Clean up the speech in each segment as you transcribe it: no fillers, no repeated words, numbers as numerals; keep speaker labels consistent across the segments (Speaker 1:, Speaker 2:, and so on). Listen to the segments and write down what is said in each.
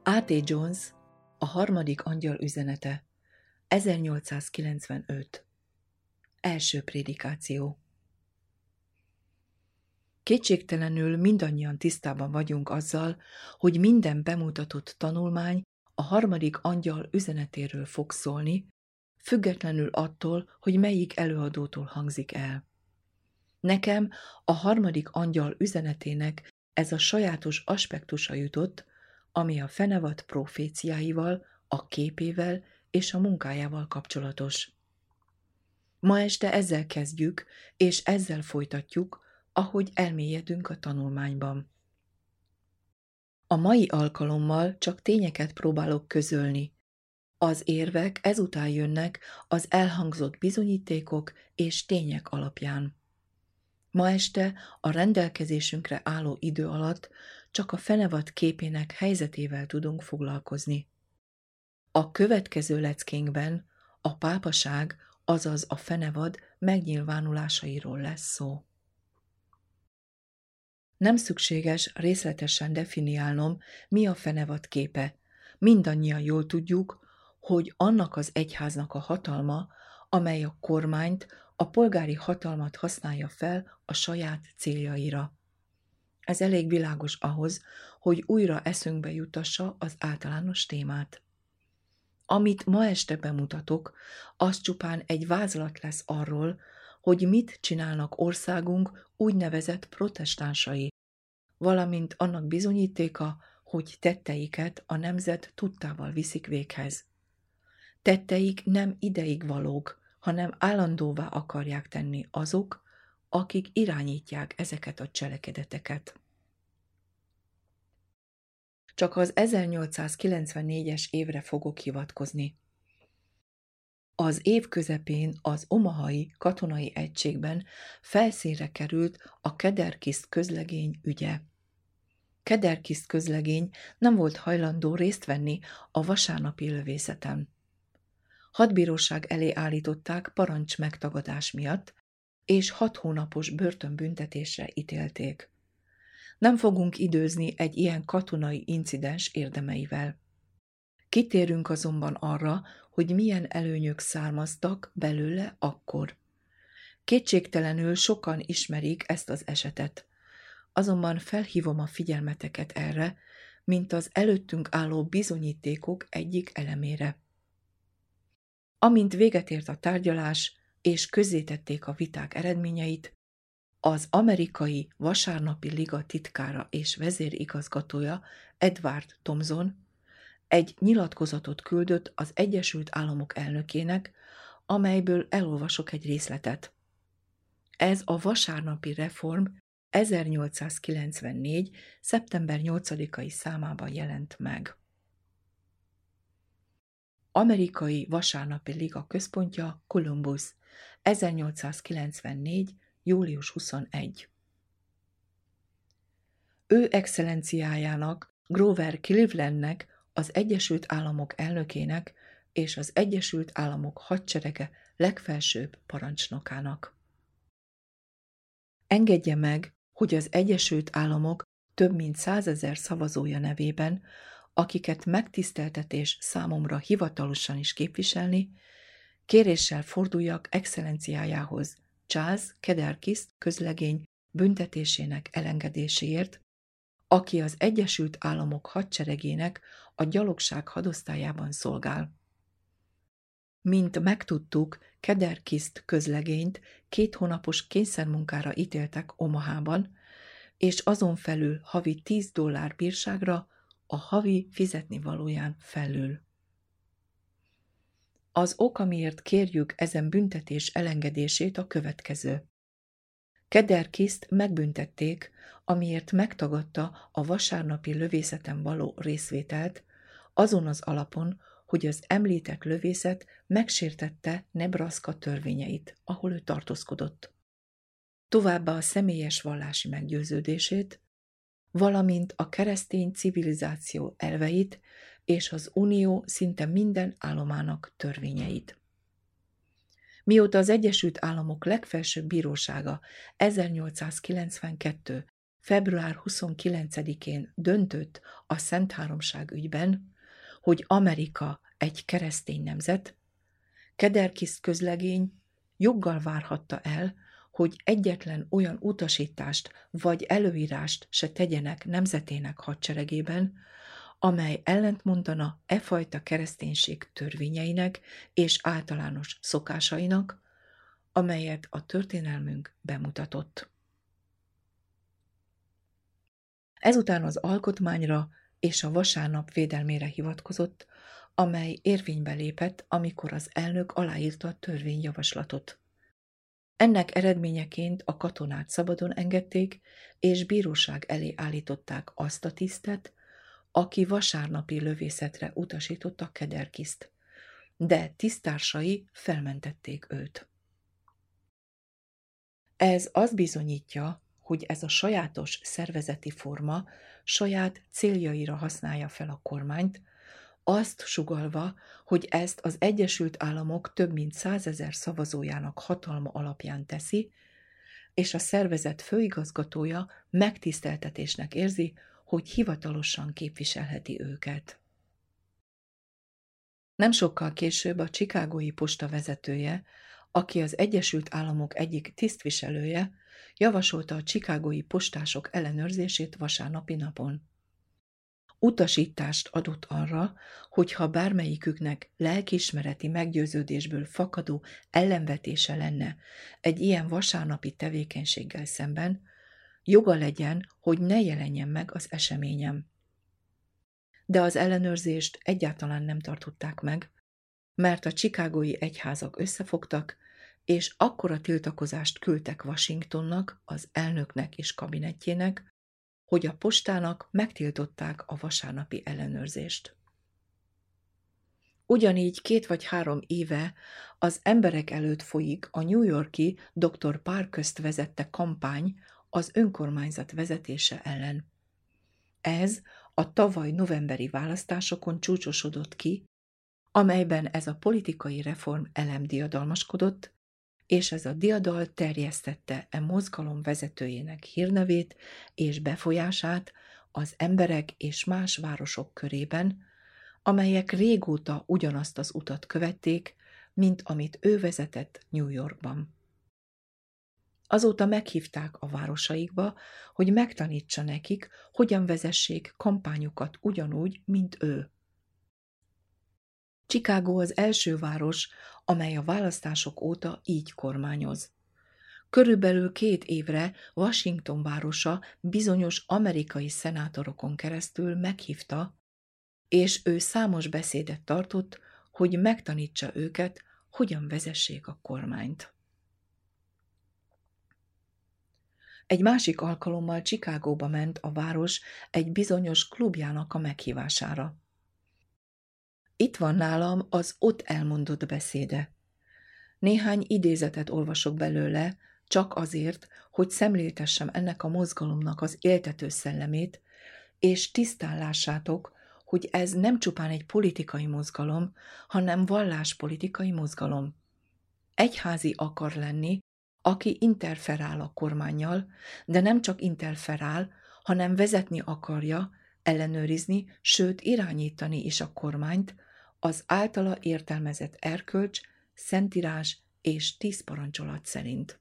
Speaker 1: A.T. Jones, a harmadik angyal üzenete, 1895. Első prédikáció. Kétségtelenül mindannyian tisztában vagyunk azzal, hogy minden bemutatott tanulmány a harmadik angyal üzenetéről fog szólni, függetlenül attól, hogy melyik előadótól hangzik el. Nekem a harmadik angyal üzenetének ez a sajátos aspektusa jutott, ami a fenevad proféciáival, a képével és a munkájával kapcsolatos. Ma este ezzel kezdjük, és ezzel folytatjuk, ahogy elmélyedünk a tanulmányban. A mai alkalommal csak tényeket próbálok közölni. Az érvek ezután jönnek az elhangzott bizonyítékok és tények alapján. Ma este a rendelkezésünkre álló idő alatt csak a fenevad képének helyzetével tudunk foglalkozni. A következő leckénkben a pápaság, azaz a fenevad megnyilvánulásairól lesz szó. Nem szükséges részletesen definiálnom, mi a fenevad képe. Mindannyian jól tudjuk, hogy annak az egyháznak a hatalma, amely a kormányt, a polgári hatalmat használja fel a saját céljaira. Ez elég világos ahhoz, hogy újra eszünkbe jutassa az általános témát. Amit ma este bemutatok, az csupán egy vázlat lesz arról, hogy mit csinálnak országunk úgynevezett protestánsai, valamint annak bizonyítéka, hogy tetteiket a nemzet tudtával viszik véghez. Tetteik nem ideig valók, hanem állandóvá akarják tenni azok, akik irányítják ezeket a cselekedeteket. Csak az 1894-es évre fogok hivatkozni. Az év közepén az omahai katonai egységben felszínre került a Kederkiszt közlegény ügye. Kederkiszt közlegény nem volt hajlandó részt venni a vasárnapi lövészeten. Hadbíróság elé állították parancs megtagadás miatt, és 6 hónapos börtönbüntetésre ítélték. Nem fogunk időzni egy ilyen katonai incidens érdemeivel. Kitérünk azonban arra, hogy milyen előnyök származtak belőle akkor. Kétségtelenül sokan ismerik ezt az esetet, azonban felhívom a figyelmeteket erre, mint az előttünk álló bizonyítékok egyik elemére. Amint véget ért a tárgyalás, és közzétették a viták eredményeit, az amerikai Vasárnapi Liga titkára és vezérigazgatója Edward Thompson egy nyilatkozatot küldött az Egyesült Államok elnökének, amelyből elolvasok egy részletet. Ez a vasárnapi reform 1894. szeptember 8-ai számában jelent meg. Amerikai Vasárnapi Liga központja Columbus, 1894. július 21. Ő excellenciájának, Grover Clevelandnek, az Egyesült Államok elnökének és az Egyesült Államok hadserege legfelsőbb parancsnokának. Engedje meg, hogy az Egyesült Államok több mint 100 000 szavazója nevében, akiket megtiszteltetés számomra hivatalosan is képviselni, kéréssel forduljak excellenciájához Charles Kederkiszt közlegény büntetésének elengedéséért, aki az Egyesült Államok hadseregének a gyalogság hadosztályában szolgál. Mint megtudtuk, Kederkiszt közlegényt 2 hónapos kényszermunkára ítéltek Omahában, és azon felül havi $10 bírságra a havi fizetnivalóján felül. Az ok, amiért kérjük ezen büntetés elengedését, a következő. Kederkiszt megbüntették, amiért megtagadta a vasárnapi lövészeten való részvételt, azon az alapon, hogy az említett lövészet megsértette Nebraska törvényeit, ahol ő tartózkodott. Továbbá a személyes vallási meggyőződését, valamint a keresztény civilizáció elveit és az Unió szinte minden államának törvényeit. Mióta az Egyesült Államok legfelsőbb bírósága 1892. február 29-én döntött a Szentháromság ügyben, hogy Amerika egy keresztény nemzet, Kederkiszt közlegény joggal várhatta el, hogy egyetlen olyan utasítást vagy előírást se tegyenek nemzetének hadseregében, amely ellentmondana e fajta kereszténység törvényeinek és általános szokásainak, amelyet a történelmünk bemutatott. Ezután az alkotmányra és a vasárnap védelmére hivatkozott, amely érvénybe lépett, amikor az elnök aláírta a törvényjavaslatot. Ennek eredményeként a katonát szabadon engedték, és bíróság elé állították azt a tisztet, aki vasárnapi lövészetre utasította Kederkiszt, de tiszttársai felmentették őt. Ez azt bizonyítja, hogy ez a sajátos szervezeti forma saját céljaira használja fel a kormányt, azt sugallva, hogy ezt az Egyesült Államok több mint 100 000 szavazójának hatalma alapján teszi, és a szervezet főigazgatója megtiszteltetésnek érzi, hogy hivatalosan képviselheti őket. Nem sokkal később a chicagói posta vezetője, aki az Egyesült Államok egyik tisztviselője, javasolta a chicagói postások ellenőrzését vasárnapi napon. Utasítást adott arra, hogy ha bármelyiküknek lelkiismereti meggyőződésből fakadó ellenvetése lenne egy ilyen vasárnapi tevékenységgel szemben, joga legyen, hogy ne jelenjen meg az eseményem. De az ellenőrzést egyáltalán nem tartották meg, mert a chicagói egyházak összefogtak, és akkora tiltakozást küldtek Washingtonnak, az elnöknek és kabinettjének, hogy a postának megtiltották a vasárnapi ellenőrzést. Ugyanígy 2 vagy 3 éve az emberek előtt folyik a New York-i Dr. Parkhurst vezette kampány az önkormányzat vezetése ellen. Ez a tavaly novemberi választásokon csúcsosodott ki, amelyben ez a politikai reform elem diadalmaskodott, és ez a diadal terjesztette e mozgalom vezetőjének hírnevét és befolyását az emberek és más városok körében, amelyek régóta ugyanazt az utat követték, mint amit ő vezetett New Yorkban. Azóta meghívták a városaikba, hogy megtanítsa nekik, hogyan vezessék kampányukat ugyanúgy, mint ő. Chicago az első város, amely a választások óta így kormányoz. Körülbelül 2 évre Washington városa bizonyos amerikai szenátorokon keresztül meghívta, és ő számos beszédet tartott, hogy megtanítsa őket, hogyan vezessék a kormányt. Egy másik alkalommal Chicagóba ment a város egy bizonyos klubjának a meghívására. Itt van nálam az ott elmondott beszéde. Néhány idézetet olvasok belőle, csak azért, hogy szemléltessem ennek a mozgalomnak az éltető szellemét, és tisztán lássátok, hogy ez nem csupán egy politikai mozgalom, hanem valláspolitikai mozgalom. Egyházi akar lenni, aki interferál a kormánnyal, de nem csak interferál, hanem vezetni akarja, ellenőrizni, sőt irányítani is a kormányt, az általa értelmezett erkölcs, szentírás és 10 parancsolat szerint.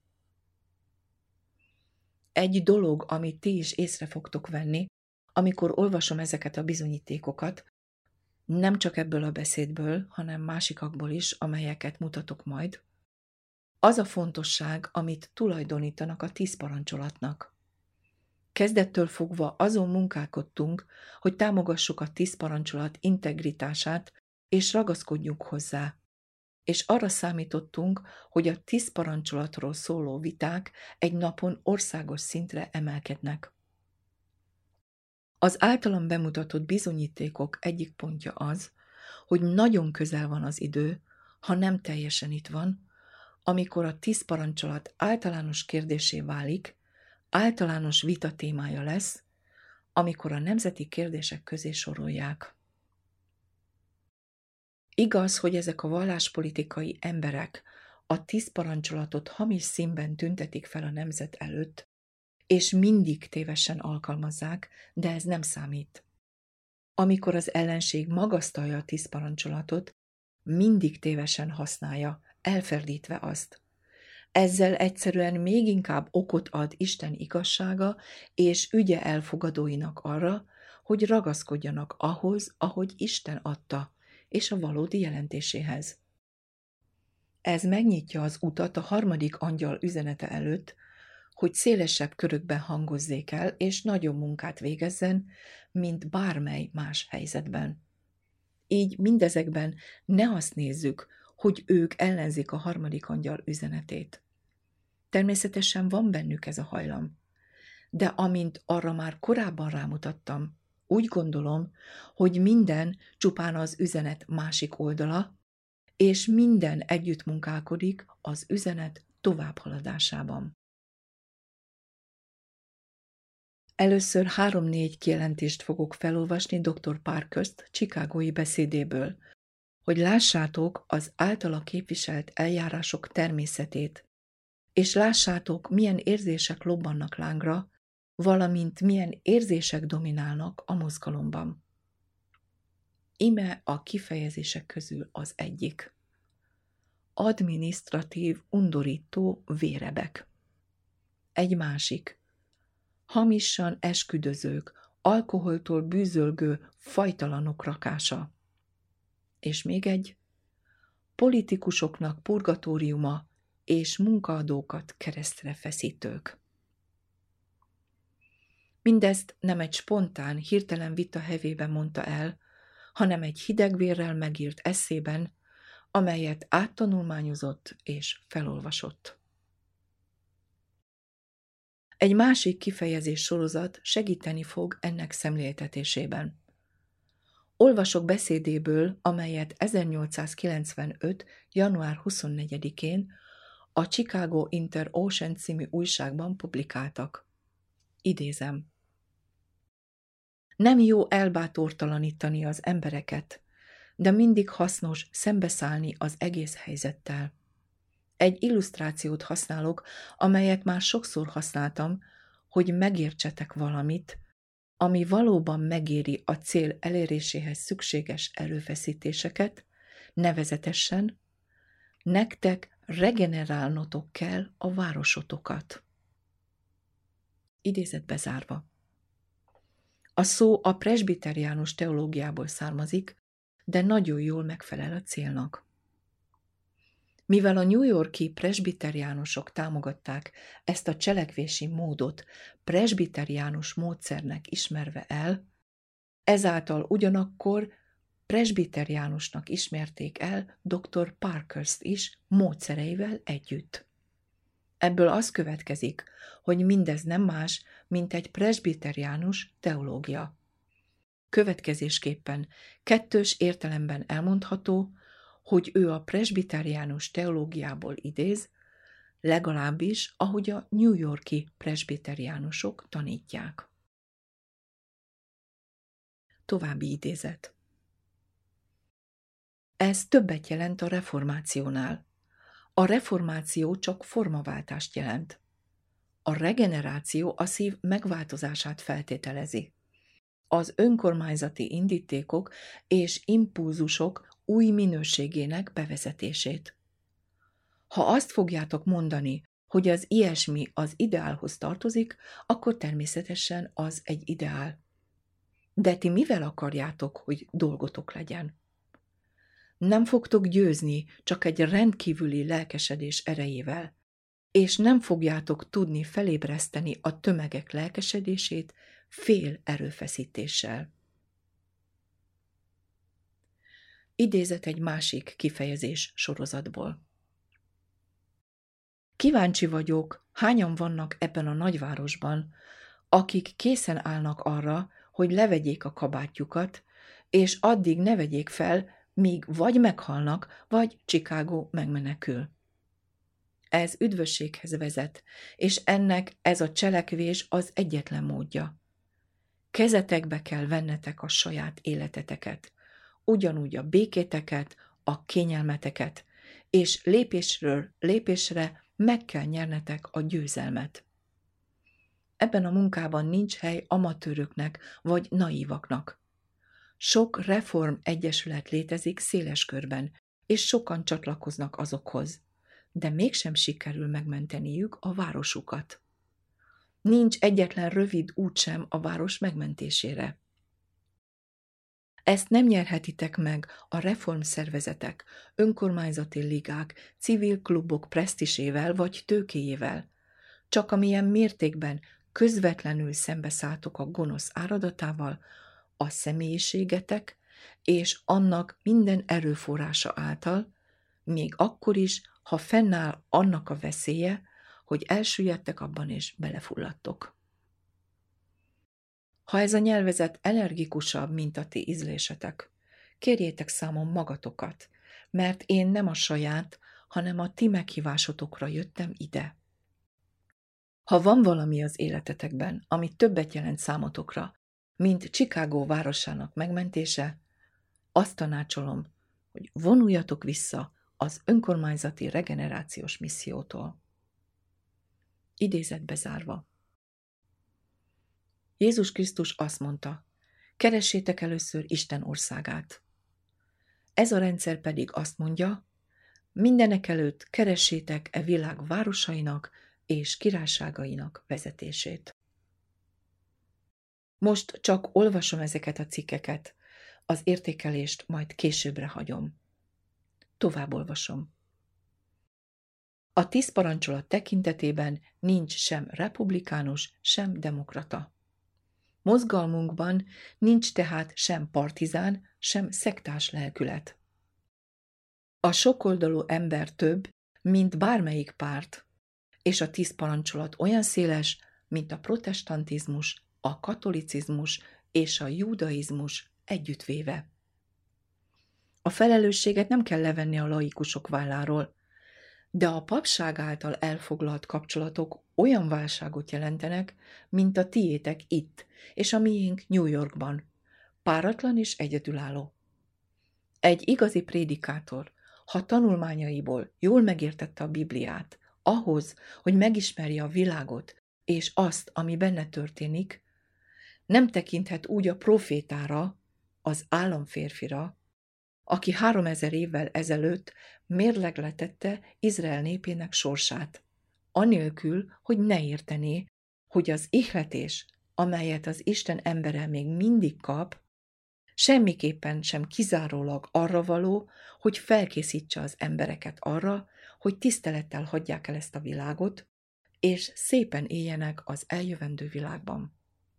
Speaker 1: Egy dolog, amit ti is észre fogtok venni, amikor olvasom ezeket a bizonyítékokat, nem csak ebből a beszédből, hanem másikakból is, amelyeket mutatok majd, az a fontosság, amit tulajdonítanak a 10 parancsolatnak. Kezdettől fogva azon munkálkodtunk, hogy támogassuk a 10 parancsolat integritását, és ragaszkodjunk hozzá. És arra számítottunk, hogy a 10 parancsolatról szóló viták egy napon országos szintre emelkednek. Az általam bemutatott bizonyítékok egyik pontja az, hogy nagyon közel van az idő, ha nem teljesen itt van, amikor a 10 parancsolat általános kérdésé válik, általános vita témája lesz, amikor a nemzeti kérdések közé sorolják. Igaz, hogy ezek a valláspolitikai emberek a 10 parancsolatot hamis színben tüntetik fel a nemzet előtt, és mindig tévesen alkalmazzák, de ez nem számít. Amikor az ellenség magasztalja a 10 parancsolatot, mindig tévesen használja, elferdítve azt. Ezzel egyszerűen még inkább okot ad Isten igazsága és ügye elfogadóinak arra, hogy ragaszkodjanak ahhoz, ahogy Isten adta, és a valódi jelentéséhez. Ez megnyitja az utat a harmadik angyal üzenete előtt, hogy szélesebb körökben hangozzék el, és nagyobb munkát végezzen, mint bármely más helyzetben. Így mindezekben ne azt nézzük, hogy ők ellenzik a harmadik angyal üzenetét. Természetesen van bennük ez a hajlam. De amint arra már korábban rámutattam, úgy gondolom, hogy minden csupán az üzenet másik oldala, és minden együtt munkálkodik az üzenet továbbhaladásában. Először 3-4 kijelentést fogok felolvasni dr. Parkhurst chicagói beszédéből, hogy lássátok az általa képviselt eljárások természetét, és lássátok, milyen érzések lobbannak lángra, valamint milyen érzések dominálnak a mozgalomban. Ime a kifejezések közül az egyik. Adminisztratív, undorító vérebek. Egy másik. Hamisan esküdözők, alkoholtól bűzölgő fajtalanok rakása. És még egy. Politikusoknak purgatóriuma és munkaadókat keresztre feszítők. Mindezt nem egy spontán, hirtelen vita hevében mondta el, hanem egy hidegvérrel megírt esszében, amelyet áttanulmányozott és felolvasott. Egy másik kifejezés sorozat segíteni fog ennek szemléltetésében. Olvasok beszédéből, amelyet 1895. január 24-én a Chicago Inter-Ocean című újságban publikáltak. Idézem. Nem jó elbátortalanítani az embereket, de mindig hasznos szembeszállni az egész helyzettel. Egy illusztrációt használok, amelyet már sokszor használtam, hogy megértsetek valamit, ami valóban megéri a cél eléréséhez szükséges erőfeszítéseket, nevezetesen, nektek regenerálnotok kell a városotokat. Idézet bezárva. A szó a presbiteriánus teológiából származik, de nagyon jól megfelel a célnak. Mivel a New York-i presbiteriánusok támogatták ezt a cselekvési módot presbiteriánus módszernek ismerve el, ezáltal ugyanakkor presbiteriánusnak ismerték el dr. Parkhurst is módszereivel együtt. Ebből az következik, hogy mindez nem más, mint egy presbiteriánus teológia. Következésképpen kettős értelemben elmondható, hogy ő a presbiteriánus teológiából idéz, legalábbis, ahogy a New York-i presbiteriánusok tanítják. További idézet. Ez többet jelent a reformációnál. A reformáció csak formaváltást jelent. A regeneráció a szív megváltozását feltételezi. Az önkormányzati indítékok és impulzusok új minőségének bevezetését. Ha azt fogjátok mondani, hogy az ilyesmi az ideálhoz tartozik, akkor természetesen az egy ideál. De ti mivel akarjátok, hogy dolgotok legyen? Nem fogtok győzni csak egy rendkívüli lelkesedés erejével, és nem fogjátok tudni felébreszteni a tömegek lelkesedését fél erőfeszítéssel. Idézet egy másik kifejezés sorozatból. Kíváncsi vagyok, hányan vannak ebben a nagyvárosban, akik készen állnak arra, hogy levegyék a kabátjukat, és addig ne vegyék fel, míg vagy meghalnak, vagy Chicago megmenekül. Ez üdvösséghez vezet, és ennek ez a cselekvés az egyetlen módja. Kezetekbe kell vennetek a saját életeteket, ugyanúgy a békéteket, a kényelmeteket, és lépésről lépésre meg kell nyernetek a győzelmet. Ebben a munkában nincs hely amatőröknek vagy naívaknak. Sok reform egyesület létezik széles körben, és sokan csatlakoznak azokhoz, de mégsem sikerül megmenteniük a városukat. Nincs egyetlen rövid út sem a város megmentésére. Ezt nem nyerhetitek meg a reformszervezetek, önkormányzati ligák, civil klubok presztízsével vagy tőkéjével, csak amilyen mértékben közvetlenül szembeszálltok a gonosz áradatával, a személyiségetek és annak minden erőforrása által, még akkor is, ha fennáll annak a veszélye, hogy elsüllyedtek abban és belefulladtok. Ha ez a nyelvezet energikusabb, mint a ti ízlésetek, kérjétek számon magatokat, mert én nem a saját, hanem a ti meghívásotokra jöttem ide. Ha van valami az életetekben, ami többet jelent számotokra, mint Chicago városának megmentése, azt tanácsolom, hogy vonuljatok vissza az önkormányzati regenerációs missziótól. Idézet bezárva. Jézus Krisztus azt mondta, keressétek először Isten országát. Ez a rendszer pedig azt mondja, mindenekelőtt keressétek e világ városainak és királyságainak vezetését. Most csak olvasom ezeket a cikkeket, az értékelést majd későbbre hagyom. Tovább olvasom. A 10 parancsolat tekintetében nincs sem republikánus, sem demokrata. Mozgalmunkban nincs tehát sem partizán, sem szektás lelkület. A sokoldalú ember több, mint bármelyik párt, és a 10 parancsolat olyan széles, mint a protestantizmus, a katolicizmus és a judaizmus együttvéve. A felelősséget nem kell levenni a laikusok válláról, de a papság által elfoglalt kapcsolatok olyan válságot jelentenek, mint a tiétek itt, és a miénk New Yorkban, páratlan és egyedülálló. Egy igazi prédikátor, ha tanulmányaiból jól megértette a Bibliát, ahhoz, hogy megismerje a világot és azt, ami benne történik, nem tekinthet úgy a profétára, az államférfira, aki 3000 évvel ezelőtt mérlegletette Izrael népének sorsát, anélkül, hogy ne értené, hogy az ihletés, amelyet az Isten embere még mindig kap, semmiképpen sem kizárólag arra való, hogy felkészítse az embereket arra, hogy tisztelettel hagyják el ezt a világot, és szépen éljenek az eljövendő világban.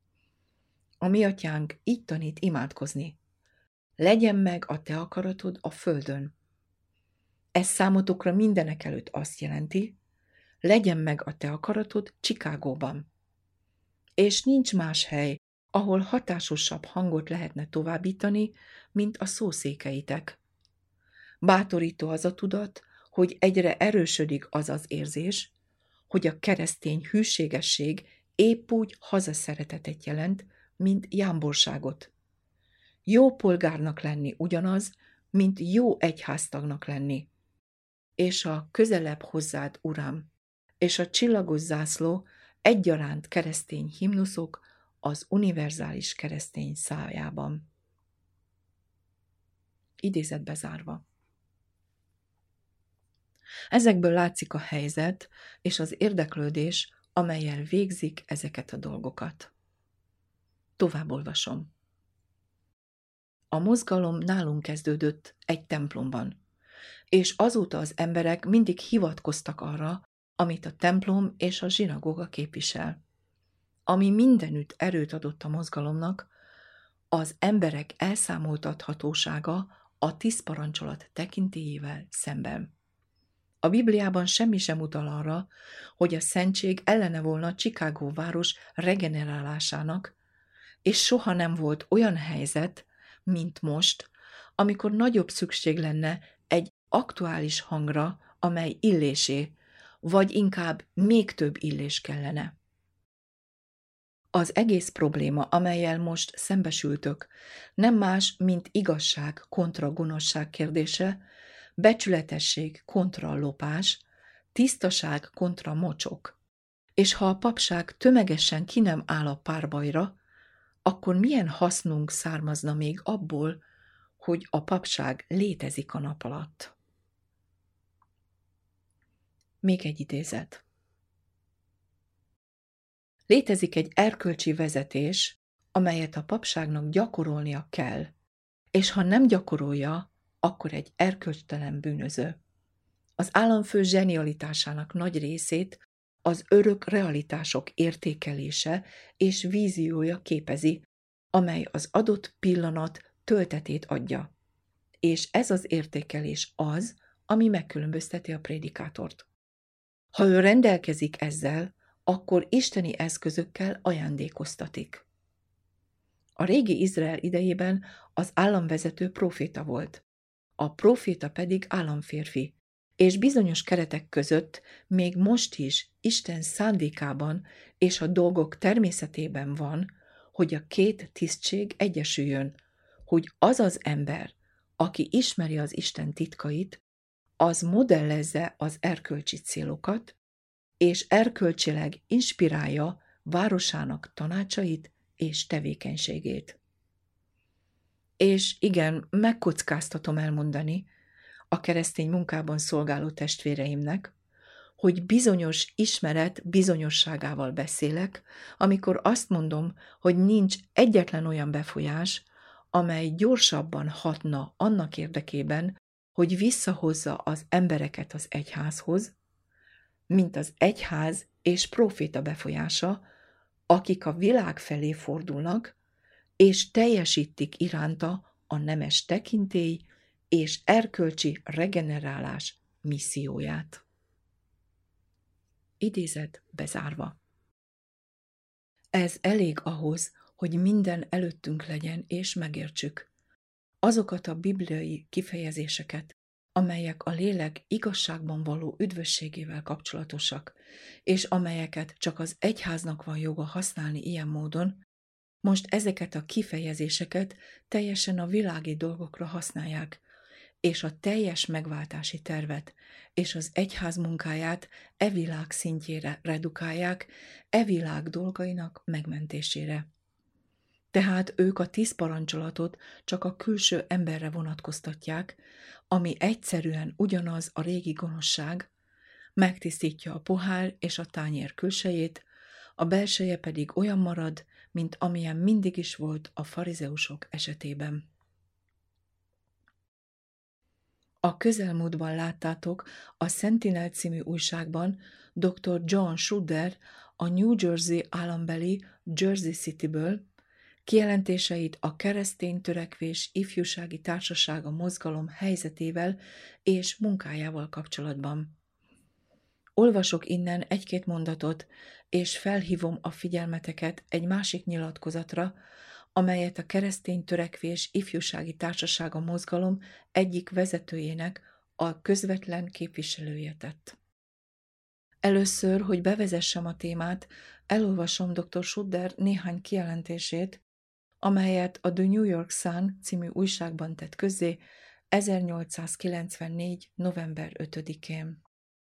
Speaker 1: A mi atyánk így tanít imádkozni. Legyen meg a te akaratod a földön. Ez számotokra mindenekelőtt azt jelenti, legyen meg a te akaratod Chicagóban. És nincs más hely, ahol hatásosabb hangot lehetne továbbítani, mint a szószékeitek. Bátorító az a tudat, hogy egyre erősödik az az érzés, hogy a keresztény hűségesség épp úgy hazaszeretetet jelent, mint jámborságot. Jó polgárnak lenni ugyanaz, mint jó egyháztagnak lenni. És a közelebb hozzád, Uram, és a csillagos zászló egyaránt keresztény himnuszok az univerzális keresztény szájában. Idézet bezárva. Ezekből látszik a helyzet és az érdeklődés, amellyel végzik ezeket a dolgokat. Tovább olvasom. A mozgalom nálunk kezdődött egy templomban, és azóta az emberek mindig hivatkoztak arra, amit a templom és a zsinagóga képvisel. Ami mindenütt erőt adott a mozgalomnak, az emberek elszámoltathatósága a 10 parancsolat tekintélyével szemben. A Bibliában semmi sem utal arra, hogy a szentség ellene volna Chicago város regenerálásának, és soha nem volt olyan helyzet, mint most, amikor nagyobb szükség lenne egy aktuális hangra, amely illésé, vagy inkább még több illés kellene. Az egész probléma, amellyel most szembesültök, nem más, mint igazság kontra gonoszság kérdése, becsületesség kontra lopás, tisztaság kontra mocsok, És ha a papság tömegesen ki nem áll a párbajra, akkor milyen hasznunk származna még abból, hogy a papság létezik a nap alatt? Még egy idézet. Létezik egy erkölcsi vezetés, amelyet a papságnak gyakorolnia kell, és ha nem gyakorolja, akkor egy erkölcstelen bűnöző. Az államfő zsenialitásának nagy részét az örök realitások értékelése és víziója képezi, amely az adott pillanat töltetét adja. És ez az értékelés az, ami megkülönbözteti a prédikátort. Ha ő rendelkezik ezzel, akkor isteni eszközökkel ajándékoztatik. A régi Izrael idejében az államvezető próféta volt, a próféta pedig államférfi, és bizonyos keretek között még most is Isten szándékában és a dolgok természetében van, hogy a két tisztség egyesüljön, hogy az az ember, aki ismeri az Isten titkait, az modellezze az erkölcsi célokat, és erkölcsileg inspirálja városának tanácsait és tevékenységét. És igen, megkockáztatom elmondani a keresztény munkában szolgáló testvéreimnek, hogy bizonyos ismeret bizonyosságával beszélek, amikor azt mondom, hogy nincs egyetlen olyan befolyás, amely gyorsabban hatna annak érdekében, hogy visszahozza az embereket az egyházhoz, mint az egyház és próféta befolyása, akik a világ felé fordulnak, és teljesítik iránta a nemes tekintély és erkölcsi regenerálás misszióját. Idézet bezárva. Ez elég ahhoz, hogy minden előttünk legyen és megértsük azokat a bibliai kifejezéseket, amelyek a lélek igazságban való üdvösségével kapcsolatosak, és amelyeket csak az egyháznak van joga használni ilyen módon. Most ezeket a kifejezéseket teljesen a világi dolgokra használják, és a teljes megváltási tervet és az egyház munkáját e világ szintjére redukálják, e világ dolgainak megmentésére. Tehát ők a 10 parancsolatot csak a külső emberre vonatkoztatják, ami egyszerűen ugyanaz a régi gonoszság, megtisztítja a pohár és a tányér külsejét, a belseje pedig olyan marad, mint amilyen mindig is volt a farizeusok esetében. A közelmúltban láttátok a Sentinel című újságban dr. John Schroeder, a New Jersey állambeli Jersey Cityből kijelentéseit a Keresztény Törekvés Ifjúsági Társasága mozgalom helyzetével és munkájával kapcsolatban. Olvasok innen egy-két mondatot, és felhívom a figyelmeteket egy másik nyilatkozatra, amelyet a Keresztény Törekvés Ifjúsági Társasága mozgalom egyik vezetőjének a közvetlen képviselője tett. Először, hogy bevezessem a témát, elolvasom dr. Schroeder néhány kijelentését, amelyet a The New York Sun című újságban tett közzé 1894. november 5-én.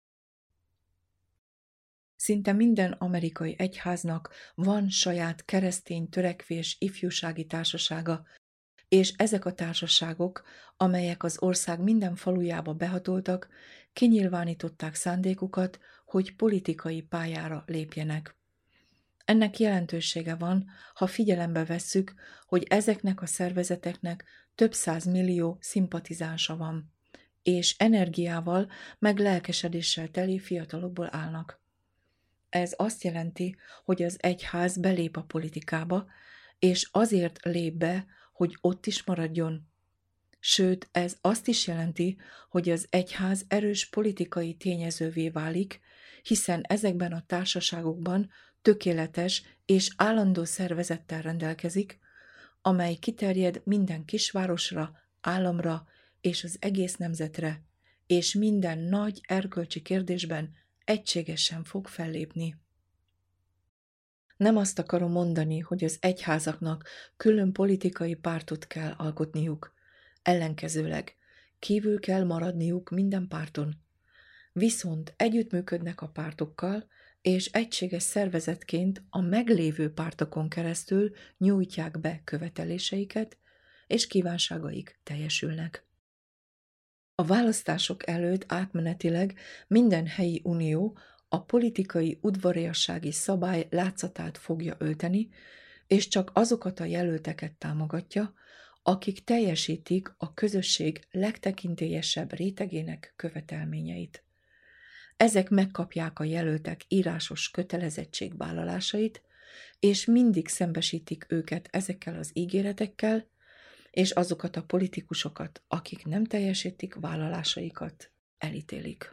Speaker 1: Szinte minden amerikai egyháznak van saját keresztény törekvés ifjúsági társasága, és ezek a társaságok, amelyek az ország minden falujába behatoltak, kinyilvánították szándékukat, hogy politikai pályára lépjenek. Ennek jelentősége van, ha figyelembe vesszük, hogy ezeknek a szervezeteknek több 100 millió szimpatizánsa van, és energiával meg lelkesedéssel teli fiatalokból állnak. Ez azt jelenti, hogy az egyház belép a politikába, és azért lép be, hogy ott is maradjon. Sőt, ez azt is jelenti, hogy az egyház erős politikai tényezővé válik, hiszen ezekben a társaságokban tökéletes és állandó szervezettel rendelkezik, amely kiterjed minden kisvárosra, államra és az egész nemzetre, és minden nagy erkölcsi kérdésben egységesen fog fellépni. Nem azt akarom mondani, hogy az egyházaknak külön politikai pártot kell alkotniuk, ellenkezőleg kívül kell maradniuk minden párton. Viszont együttműködnek a pártokkal, és egységes szervezetként a meglévő pártokon keresztül nyújtják be követeléseiket, és kívánságaik teljesülnek. A választások előtt átmenetileg minden helyi unió a politikai udvariassági szabály látszatát fogja ölteni, és csak azokat a jelölteket támogatja, akik teljesítik a közösség legtekintélyesebb rétegének követelményeit. Ezek megkapják a jelöltek írásos kötelezettségvállalásait, és mindig szembesítik őket ezekkel az ígéretekkel, és azokat a politikusokat, akik nem teljesítik vállalásaikat, elítélik.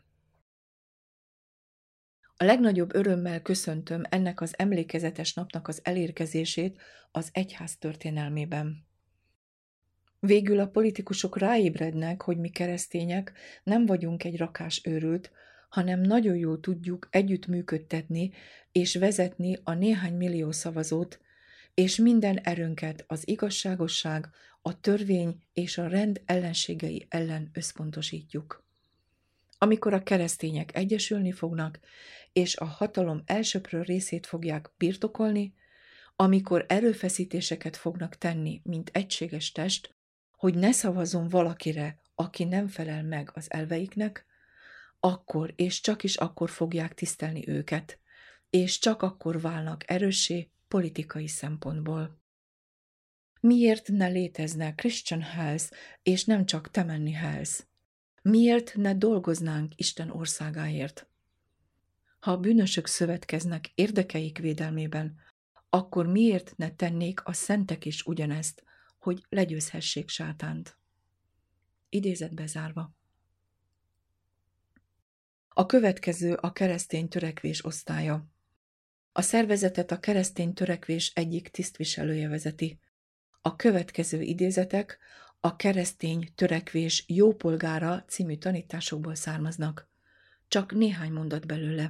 Speaker 1: A legnagyobb örömmel köszöntöm ennek az emlékezetes napnak az elérkezését az egyház történelmében. Végül a politikusok ráébrednek, hogy mi keresztények nem vagyunk egy rakás őrült, hanem nagyon jól tudjuk együttműködtetni és vezetni a néhány millió szavazót, és minden erőnket az igazságosság, a törvény és a rend ellenségei ellen összpontosítjuk. Amikor a keresztények egyesülni fognak, és a hatalom elsöprő részét fogják birtokolni, amikor erőfeszítéseket fognak tenni, mint egységes test, hogy ne szavazzon valakire, aki nem felel meg az elveiknek, akkor és csak is akkor fogják tisztelni őket, és csak akkor válnak erőssé politikai szempontból. Miért ne létezne Christian Health, és nem csak Temenni Health? Miért ne dolgoznánk Isten országáért? Ha a bűnösök szövetkeznek érdekeik védelmében, akkor miért ne tennék a szentek is ugyanezt, hogy legyőzhessék sátánt? Idézet bezárva. A következő a keresztény törekvés osztálya. A szervezetet a keresztény törekvés egyik tisztviselője vezeti. A következő idézetek a keresztény törekvés jópolgára című tanításokból származnak. Csak néhány mondat belőle.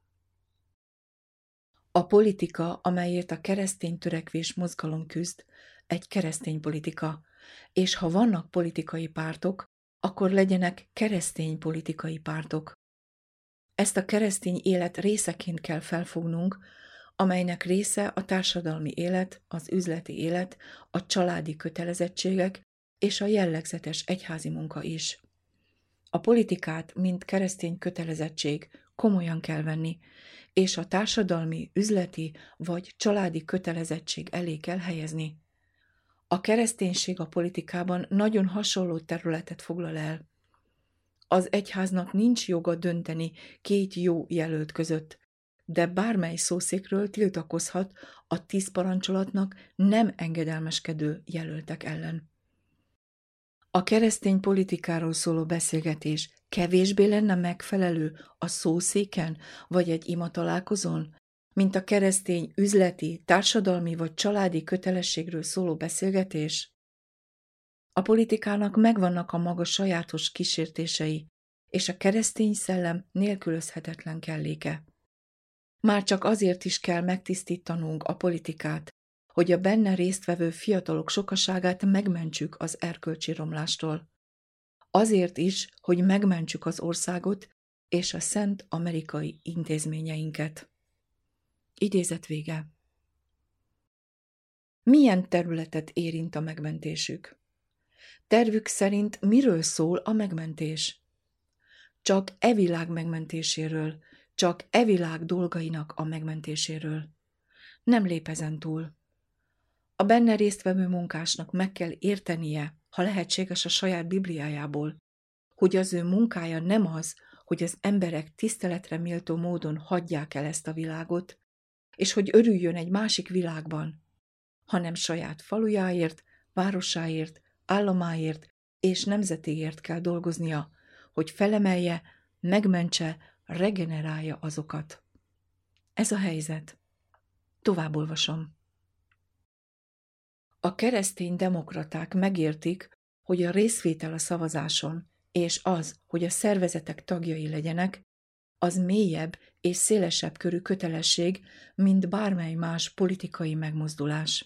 Speaker 1: A politika, amelyért a keresztény törekvés mozgalom küzd, egy keresztény politika, és ha vannak politikai pártok, akkor legyenek keresztény politikai pártok. Ezt a keresztény élet részeként kell felfognunk, amelynek része a társadalmi élet, az üzleti élet, a családi kötelezettségek és a jellegzetes egyházi munka is. A politikát, mint keresztény kötelezettség komolyan kell venni, és a társadalmi, üzleti vagy családi kötelezettség elé kell helyezni. A kereszténység a politikában nagyon hasonló területet foglal el. Az egyháznak nincs joga dönteni két jó jelölt között, de bármely szószékről tiltakozhat a 10 parancsolatnak nem engedelmeskedő jelöltek ellen. A keresztény politikáról szóló beszélgetés kevésbé lenne megfelelő a szószéken vagy egy imatalálkozón, mint a keresztény üzleti, társadalmi vagy családi kötelességről szóló beszélgetés? A politikának megvannak a maga sajátos kísértései, és a keresztény szellem nélkülözhetetlen kelléke. Már csak azért is kell megtisztítanunk a politikát, hogy a benne résztvevő fiatalok sokaságát megmentsük az erkölcsi romlástól. Azért is, hogy megmentsük az országot és a szent amerikai intézményeinket. Idézet vége. Milyen területet érint a megmentésük? Tervük szerint miről szól a megmentés? Csak e világ megmentéséről, csak e világ dolgainak a megmentéséről. Nem lép ezen túl. A benne résztvevő munkásnak meg kell értenie, ha lehetséges a saját Bibliájából, hogy az ő munkája nem az, hogy az emberek tiszteletre méltó módon hagyják el ezt a világot, és hogy örüljön egy másik világban, hanem saját falujáért, városáért, államáért és nemzetéért kell dolgoznia, hogy felemelje, megmentse, regenerálja azokat. Ez a helyzet. Tovább olvasom. A keresztény demokraták megértik, hogy a részvétel a szavazáson, és az, hogy a szervezetek tagjai legyenek, az mélyebb és szélesebb körű kötelesség, mint bármely más politikai megmozdulás.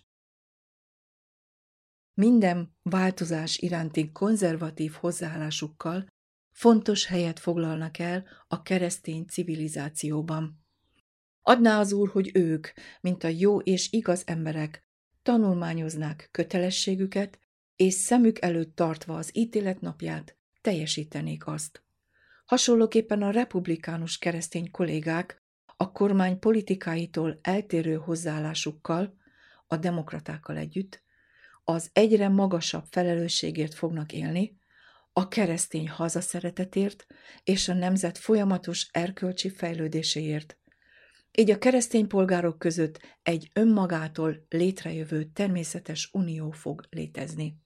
Speaker 1: Minden változás iránti konzervatív hozzáállásukkal fontos helyet foglalnak el a keresztény civilizációban. Adná az Úr, hogy ők, mint a jó és igaz emberek, tanulmányoznák kötelességüket, és szemük előtt tartva az ítélet napját, teljesítenék azt. Hasonlóképpen a republikánus keresztény kollégák a kormány politikáitól eltérő hozzáállásukkal, a demokratákkal együtt, az egyre magasabb felelősségért fognak élni, a keresztény hazaszeretetért és a nemzet folyamatos erkölcsi fejlődéséért. Így a keresztény polgárok között egy önmagától létrejövő természetes unió fog létezni.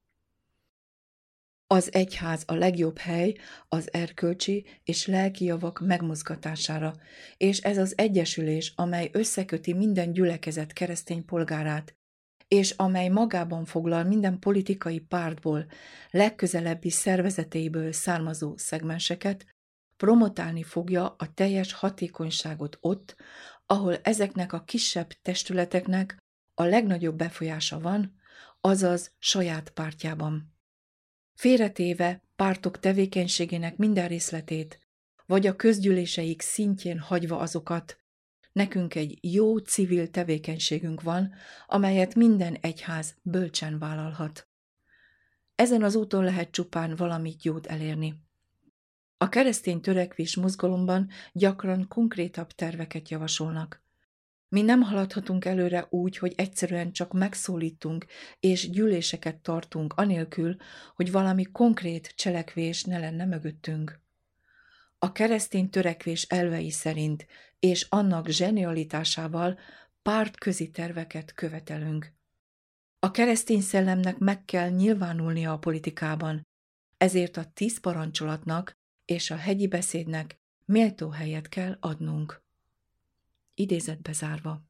Speaker 1: Az egyház a legjobb hely az erkölcsi és lelki javak megmozgatására, és ez az egyesülés, amely összeköti minden gyülekezet keresztény polgárát, és amely magában foglal minden politikai pártból, legközelebbi szervezeteiből származó szegmenseket, promotálni fogja a teljes hatékonyságot ott, ahol ezeknek a kisebb testületeknek a legnagyobb befolyása van, azaz saját pártjában. Félretéve pártok tevékenységének minden részletét, vagy a közgyűléseik szintjén hagyva azokat, nekünk egy jó civil tevékenységünk van, amelyet minden egyház bölcsen vállalhat. Ezen az úton lehet csupán valamit jót elérni. A keresztény törekvés mozgalomban gyakran konkrétabb terveket javasolnak. Mi nem haladhatunk előre úgy, hogy egyszerűen csak megszólítunk és gyűléseket tartunk anélkül, hogy valami konkrét cselekvés ne lenne mögöttünk. A keresztény törekvés elvei szerint és annak zsenialitásával pártközi terveket követelünk. A keresztény szellemnek meg kell nyilvánulnia a politikában, ezért a 10 parancsolatnak és a hegyi beszédnek méltó helyet kell adnunk. Idézet bezárva.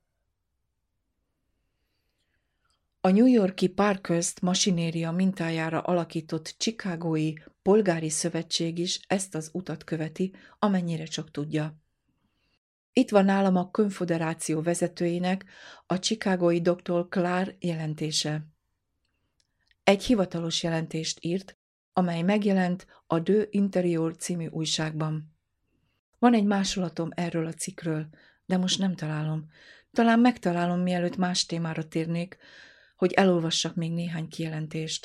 Speaker 1: A New York-i Parkhurst masinéria mintájára alakított chicagói polgári szövetség is ezt az utat követi, amennyire csak tudja. Itt van nálam a konföderáció vezetőjének, a chicagói dr. Clark jelentése. Egy hivatalos jelentést írt, amely megjelent a The Interior című újságban. Van egy másolatom erről a cikkről, de most nem találom. Talán megtalálom, mielőtt más témára térnék, hogy elolvassak még néhány kijelentést.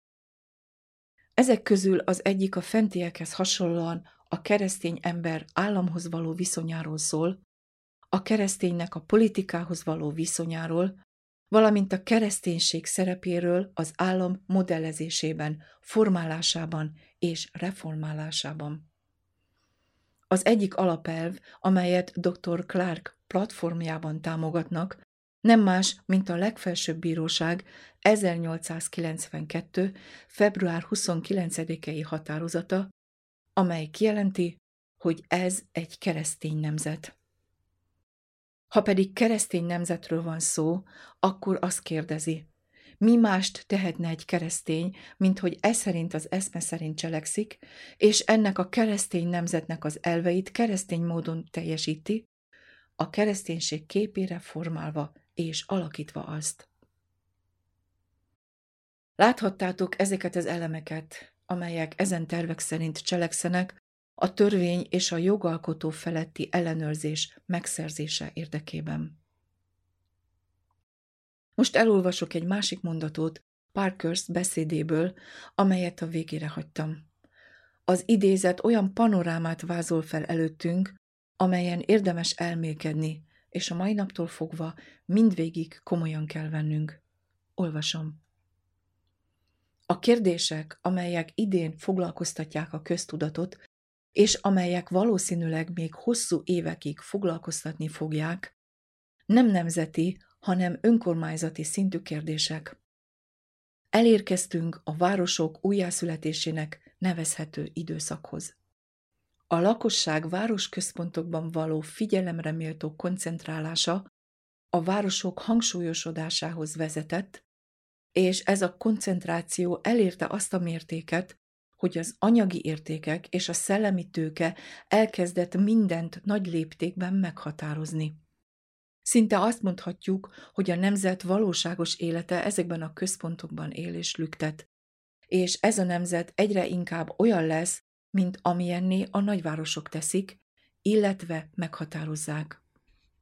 Speaker 1: Ezek közül az egyik a fentiekhez hasonlóan a keresztény ember államhoz való viszonyáról szól, a kereszténynek a politikához való viszonyáról, valamint a kereszténység szerepéről az állam modellezésében, formálásában és reformálásában. Az egyik alapelv, amelyet dr. Clark platformjában támogatnak, nem más, mint a legfelsőbb bíróság 1892. február 29-i határozata, amely kijelenti, hogy ez egy keresztény nemzet. Ha pedig keresztény nemzetről van szó, akkor azt kérdezi, mi mást tehetne egy keresztény, mint hogy szerint az eszme szerint cselekszik, és ennek a keresztény nemzetnek az elveit keresztény módon teljesíti, a kereszténység képére formálva és alakítva azt. Láthattátok ezeket az elemeket, amelyek ezen tervek szerint cselekszenek, a törvény és a jogalkotó feletti ellenőrzés megszerzése érdekében. Most elolvasok egy másik mondatot Parkhurst beszédéből, amelyet a végére hagytam. Az idézet olyan panorámát vázol fel előttünk, amelyen érdemes elmélkedni, és a mai naptól fogva mindvégig komolyan kell vennünk. Olvasom. A kérdések, amelyek idén foglalkoztatják a köztudatot, és amelyek valószínűleg még hosszú évekig foglalkoztatni fogják, nem nemzeti, hanem önkormányzati szintű kérdések. Elérkeztünk a városok újjászületésének nevezhető időszakhoz. A lakosság városközpontokban való figyelemre méltó koncentrálása a városok hangsúlyosodásához vezetett, és ez a koncentráció elérte azt a mértéket, hogy az anyagi értékek és a szellemi tőke elkezdett mindent nagy léptékben meghatározni. Szinte azt mondhatjuk, hogy a nemzet valóságos élete ezekben a központokban él és lüktet, és ez a nemzet egyre inkább olyan lesz, mint amilyenné a nagyvárosok teszik, illetve meghatározzák.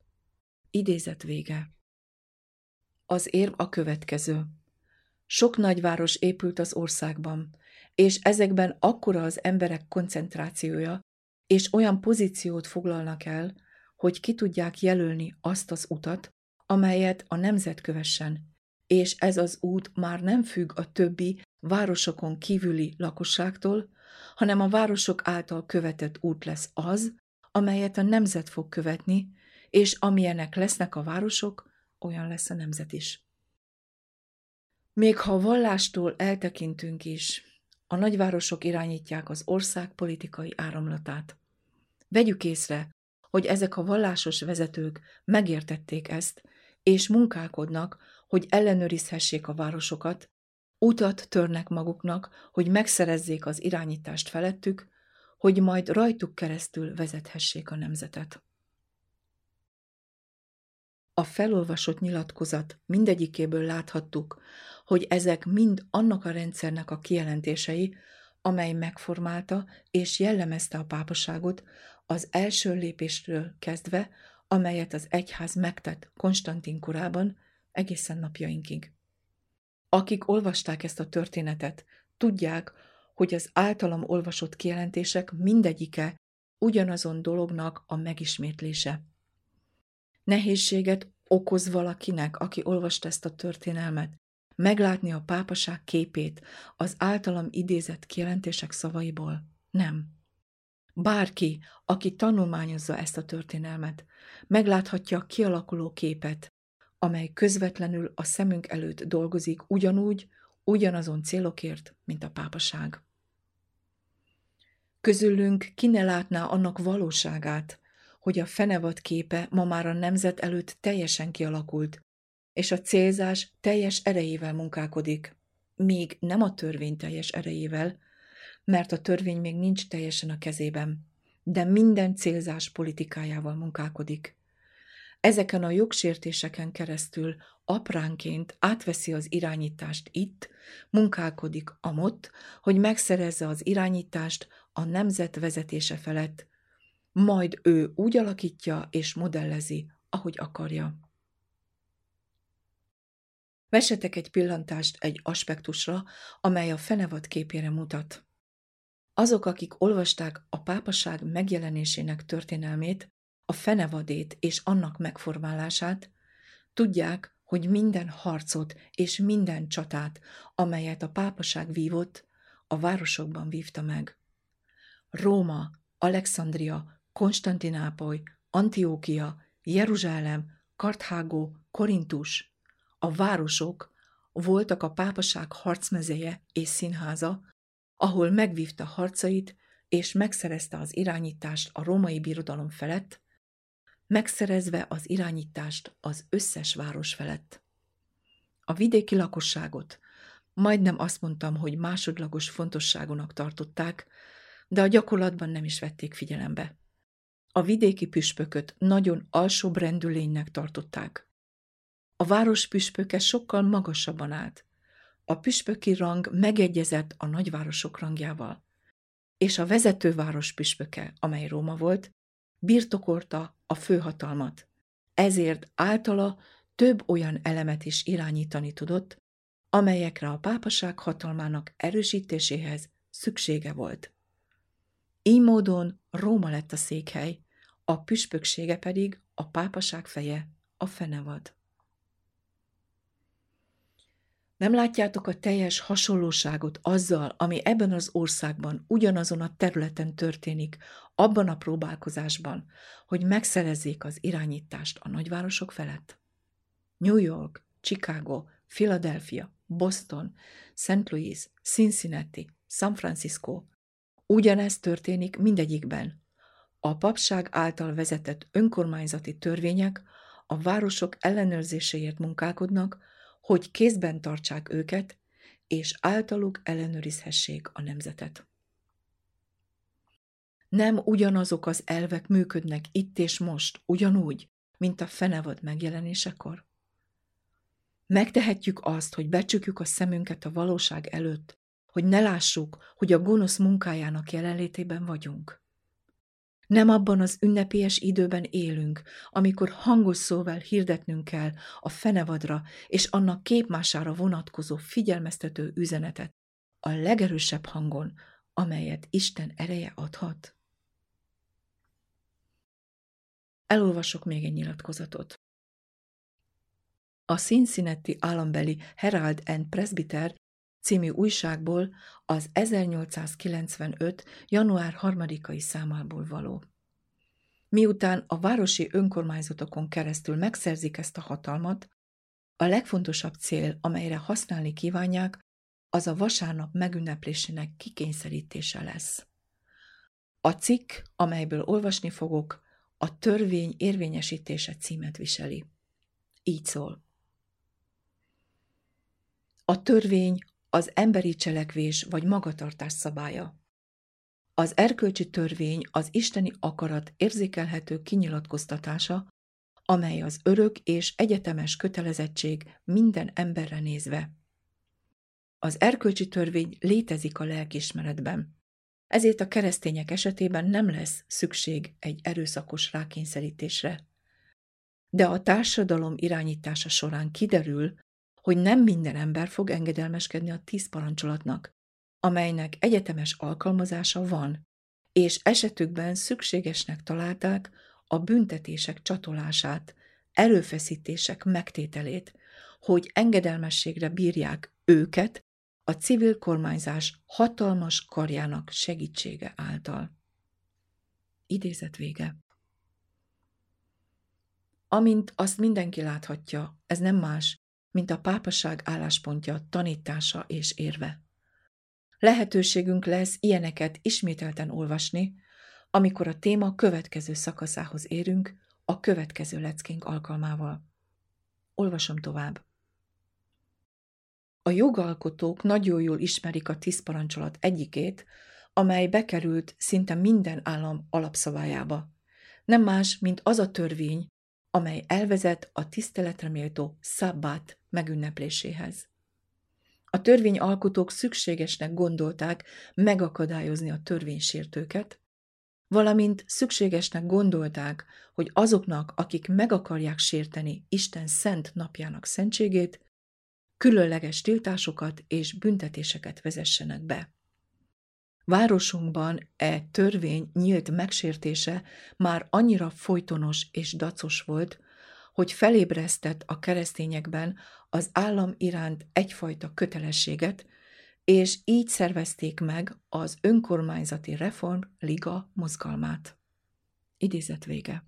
Speaker 1: Idézet vége. Az érv a következő. Sok nagyváros épült az országban, és ezekben akkora az emberek koncentrációja, és olyan pozíciót foglalnak el, hogy ki tudják jelölni azt az utat, amelyet a nemzet kövessen, és ez az út már nem függ a többi városokon kívüli lakosságtól, hanem a városok által követett út lesz az, amelyet a nemzet fog követni, és amilyenek lesznek a városok, olyan lesz a nemzet is. Még ha a vallástól eltekintünk is, a nagyvárosok irányítják az ország politikai áramlatát. Vegyük észre, hogy ezek a vallásos vezetők megértették ezt, és munkálkodnak, hogy ellenőrizhessék a városokat, utat törnek maguknak, hogy megszerezzék az irányítást felettük, hogy majd rajtuk keresztül vezethessék a nemzetet. A felolvasott nyilatkozat mindegyikéből láthattuk, hogy ezek mind annak a rendszernek a kijelentései, amely megformálta és jellemezte a pápaságot az első lépésről kezdve, amelyet az egyház megtett Konstantin korában egészen napjainkig. Akik olvasták ezt a történetet, tudják, hogy az általam olvasott kijelentések mindegyike ugyanazon dolognak a megismétlése. Nehézséget okoz valakinek, aki olvasta ezt a történelmet, meglátni a pápaság képét az általam idézett kijelentések szavaiból? Nem. Bárki, aki tanulmányozza ezt a történelmet, megláthatja a kialakuló képet, amely közvetlenül a szemünk előtt dolgozik ugyanazon célokért, mint a pápaság. Közülünk ki ne látná annak valóságát, hogy a fenevad képe ma már a nemzet előtt teljesen kialakult, és a célzás teljes erejével munkálkodik, még nem a törvény teljes erejével, mert a törvény még nincs teljesen a kezében, de minden célzás politikájával munkálkodik. Ezeken a jogsértéseken keresztül apránként átveszi az irányítást itt, munkálkodik amott, hogy megszerezze az irányítást a nemzet vezetése felett, majd ő úgy alakítja és modellezi, ahogy akarja. Vessetek egy pillantást egy aspektusra, amely a fenevad képére mutat. Azok, akik olvasták a pápaság megjelenésének történelmét, a fenevadét és annak megformálását, tudják, hogy minden harcot és minden csatát, amelyet a pápaság vívott, a városokban vívta meg. Róma, Alexandria, Konstantinápoly, Antiókia, Jeruzsálem, Karthágó, Korintus, a városok voltak a pápaság harcmezeje és színháza, ahol megvívta harcait és megszerezte az irányítást a római birodalom felett, megszerezve az irányítást az összes város felett. A vidéki lakosságot majdnem azt mondtam, hogy másodlagos fontosságúnak tartották, de a gyakorlatban nem is vették figyelembe. A vidéki püspököt nagyon alsóbbrendű lénynek tartották. A város püspöke sokkal magasabban állt. A püspöki rang megegyezett a nagyvárosok rangjával, és a vezetőváros püspöke, amely Róma volt, birtokolta a főhatalmat. Ezért általa több olyan elemet is irányítani tudott, amelyekre a pápaság hatalmának erősítéséhez szüksége volt. Így módon Róma lett a székhely, a püspöksége pedig a pápaság feje, a fenevad. Nem látjátok a teljes hasonlóságot azzal, ami ebben az országban ugyanazon a területen történik, abban a próbálkozásban, hogy megszerezzék az irányítást a nagyvárosok felett? New York, Chicago, Philadelphia, Boston, St. Louis, Cincinnati, San Francisco. Ugyanez történik mindegyikben. A papság által vezetett önkormányzati törvények a városok ellenőrzéséért munkálkodnak, hogy kézben tartsák őket, és általuk ellenőrizhessék a nemzetet. Nem ugyanazok az elvek működnek itt és most, ugyanúgy, mint a fenevad megjelenésekor? Megtehetjük azt, hogy becsukjuk a szemünket a valóság előtt, hogy ne lássuk, hogy a gonosz munkájának jelenlétében vagyunk. Nem abban az ünnepélyes időben élünk, amikor hangos szóval hirdetnünk kell a fenevadra és annak képmására vonatkozó figyelmeztető üzenetet a legerősebb hangon, amelyet Isten ereje adhat. Elolvasok még egy nyilatkozatot. A Cincinnati állambeli Herald and Presbyter című újságból az 1895. január 3-ai számából való. Miután a városi önkormányzatokon keresztül megszerzik ezt a hatalmat, a legfontosabb cél, amelyre használni kívánják, az a vasárnap megünneplésének kikényszerítése lesz. A cikk, amelyből olvasni fogok, a törvény érvényesítése címet viseli. Így szól. A törvény az emberi cselekvés vagy magatartás szabálya. Az erkölcsi törvény az isteni akarat érzékelhető kinyilatkoztatása, amely az örök és egyetemes kötelezettség minden emberre nézve. Az erkölcsi törvény létezik a lelkiismeretben, ezért a keresztények esetében nem lesz szükség egy erőszakos rákényszerítésre. De a társadalom irányítása során kiderül, hogy nem minden ember fog engedelmeskedni a 10 parancsolatnak, amelynek egyetemes alkalmazása van, és esetükben szükségesnek találták a büntetések csatolását, erőfeszítések megtételét, hogy engedelmességre bírják őket a civil kormányzás hatalmas karjának segítsége által. Idézet vége. Amint azt mindenki láthatja, ez nem más, mint a pápaság álláspontja, tanítása és érve. Lehetőségünk lesz ilyeneket ismételten olvasni, amikor a téma következő szakaszához érünk, a következő leckénk alkalmával. Olvasom tovább. A jogalkotók nagyon jól ismerik a 10 parancsolat egyikét, amely bekerült szinte minden állam alapszabályába. Nem más, mint az a törvény, amely elvezet a tiszteletre méltó szabbát megünnepléséhez. A törvényalkotók szükségesnek gondolták megakadályozni a törvénysértőket, valamint szükségesnek gondolták, hogy azoknak, akik meg akarják sérteni Isten szent napjának szentségét, különleges tiltásokat és büntetéseket vezessenek be. Városunkban e törvény nyílt megsértése már annyira folytonos és dacos volt, hogy felébresztett a keresztényekben az állam iránt egyfajta kötelességet, és így szervezték meg az önkormányzati reform liga mozgalmát. Idézet vége.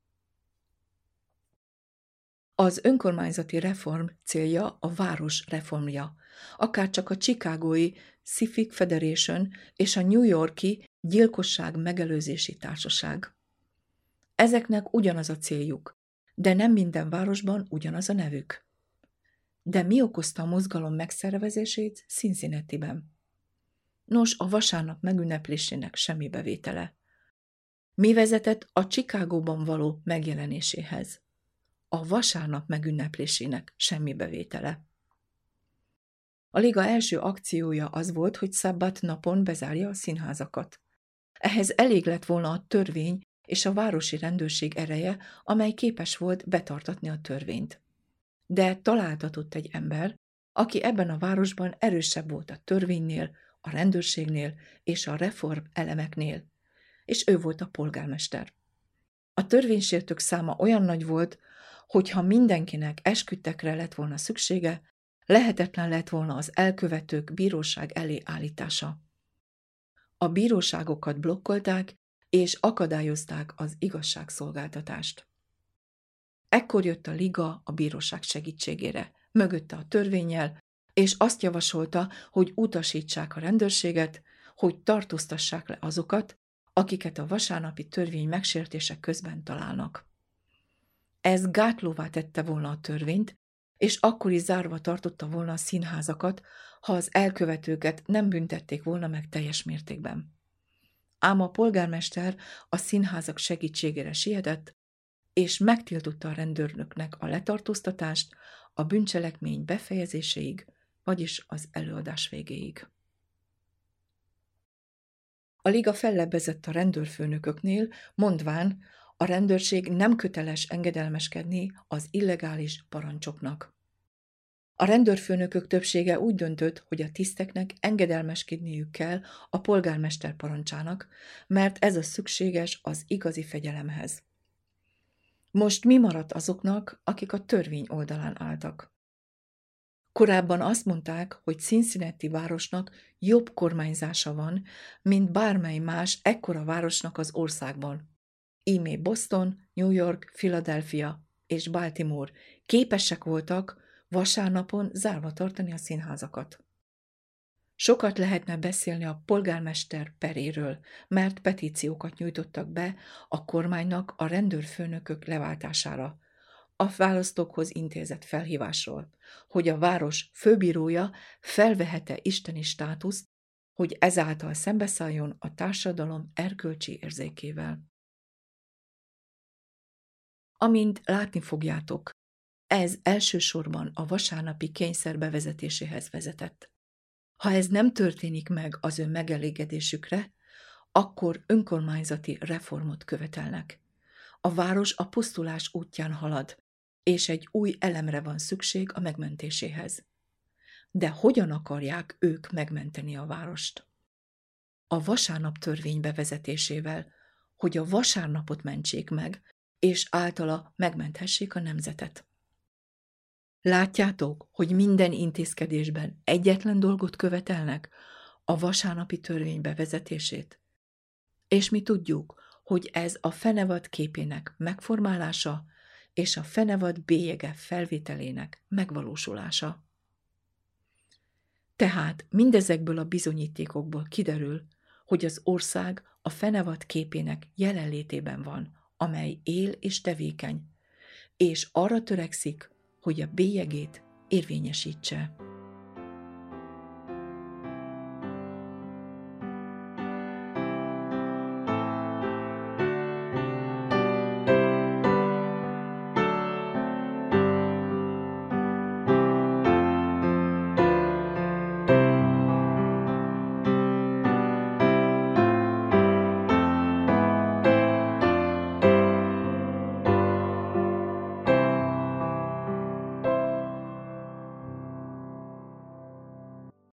Speaker 1: Az önkormányzati reform célja a város reformja, akárcsak a chicagói Civic Federation és a New York-i gyilkosság megelőzési társaság. Ezeknek ugyanaz a céljuk, de nem minden városban ugyanaz a nevük. De mi okozta a mozgalom megszervezését Cincinnatiben? Nos, a vasárnap megünneplésének semmi bevétele. Mi vezetett a Chicagóban való megjelenéséhez? A vasárnap megünneplésének semmi bevétele. A liga első akciója az volt, hogy szabbat napon bezárja a színházakat. Ehhez elég lett volna a törvény és a városi rendőrség ereje, amely képes volt betartatni a törvényt. De találtatott egy ember, aki ebben a városban erősebb volt a törvénynél, a rendőrségnél és a reform elemeknél, és ő volt a polgármester. A törvénysértők száma olyan nagy volt, hogy ha mindenkinek esküdtekre lett volna szüksége, lehetetlen lett volna az elkövetők bíróság elé állítása. A bíróságokat blokkolták, és akadályozták az igazságszolgáltatást. Ekkor jött a liga a bíróság segítségére, mögötte a törvénnyel, és azt javasolta, hogy utasítsák a rendőrséget, hogy tartóztassák le azokat, akiket a vasárnapi törvény megsértése közben találnak. Ez gátlóvá tette volna a törvényt, és akkor is zárva tartotta volna a színházakat, ha az elkövetőket nem büntették volna meg teljes mértékben. Ám a polgármester a színházak segítségére sietett, és megtiltotta a rendőrnöknek a letartóztatást a bűncselekmény befejezéséig, vagyis az előadás végéig. A liga fellebbezett a rendőrfőnököknél, mondván, a rendőrség nem köteles engedelmeskedni az illegális parancsoknak. A rendőrfőnökök többsége úgy döntött, hogy a tiszteknek engedelmeskedniük kell a polgármester parancsának, mert ez a szükséges az igazi fegyelemhez. Most mi maradt azoknak, akik a törvény oldalán álltak? Korábban azt mondták, hogy Cincinnati városnak jobb kormányzása van, mint bármely más ekkora városnak az országban. Íme Boston, New York, Philadelphia és Baltimore képesek voltak vasárnapon zárva tartani a színházakat. Sokat lehetne beszélni a polgármester peréről, mert petíciókat nyújtottak be a kormánynak a rendőrfőnökök leváltására, a választókhoz intézett felhívásról, hogy a város főbírója felvehet-e isteni státuszt, hogy ezáltal szembeszálljon a társadalom erkölcsi érzékével. Amint látni fogjátok, ez elsősorban a vasárnapi kényszer bevezetéséhez vezetett. Ha ez nem történik meg az ön megelégedésükre, akkor önkormányzati reformot követelnek. A város a pusztulás útján halad, és egy új elemre van szükség a megmentéséhez. De hogyan akarják ők megmenteni a várost? A vasárnap törvény bevezetésével, hogy a vasárnapot mentsék meg, és általa megmenthessék a nemzetet. Látjátok, hogy minden intézkedésben egyetlen dolgot követelnek, a vasárnapi törvény bevezetését? És mi tudjuk, hogy ez a fenevad képének megformálása és a fenevad bélyege felvételének megvalósulása. Tehát mindezekből a bizonyítékokból kiderül, hogy az ország a fenevad képének jelenlétében van, amely él és tevékeny, és arra törekszik, hogy a bélyegét érvényesítse.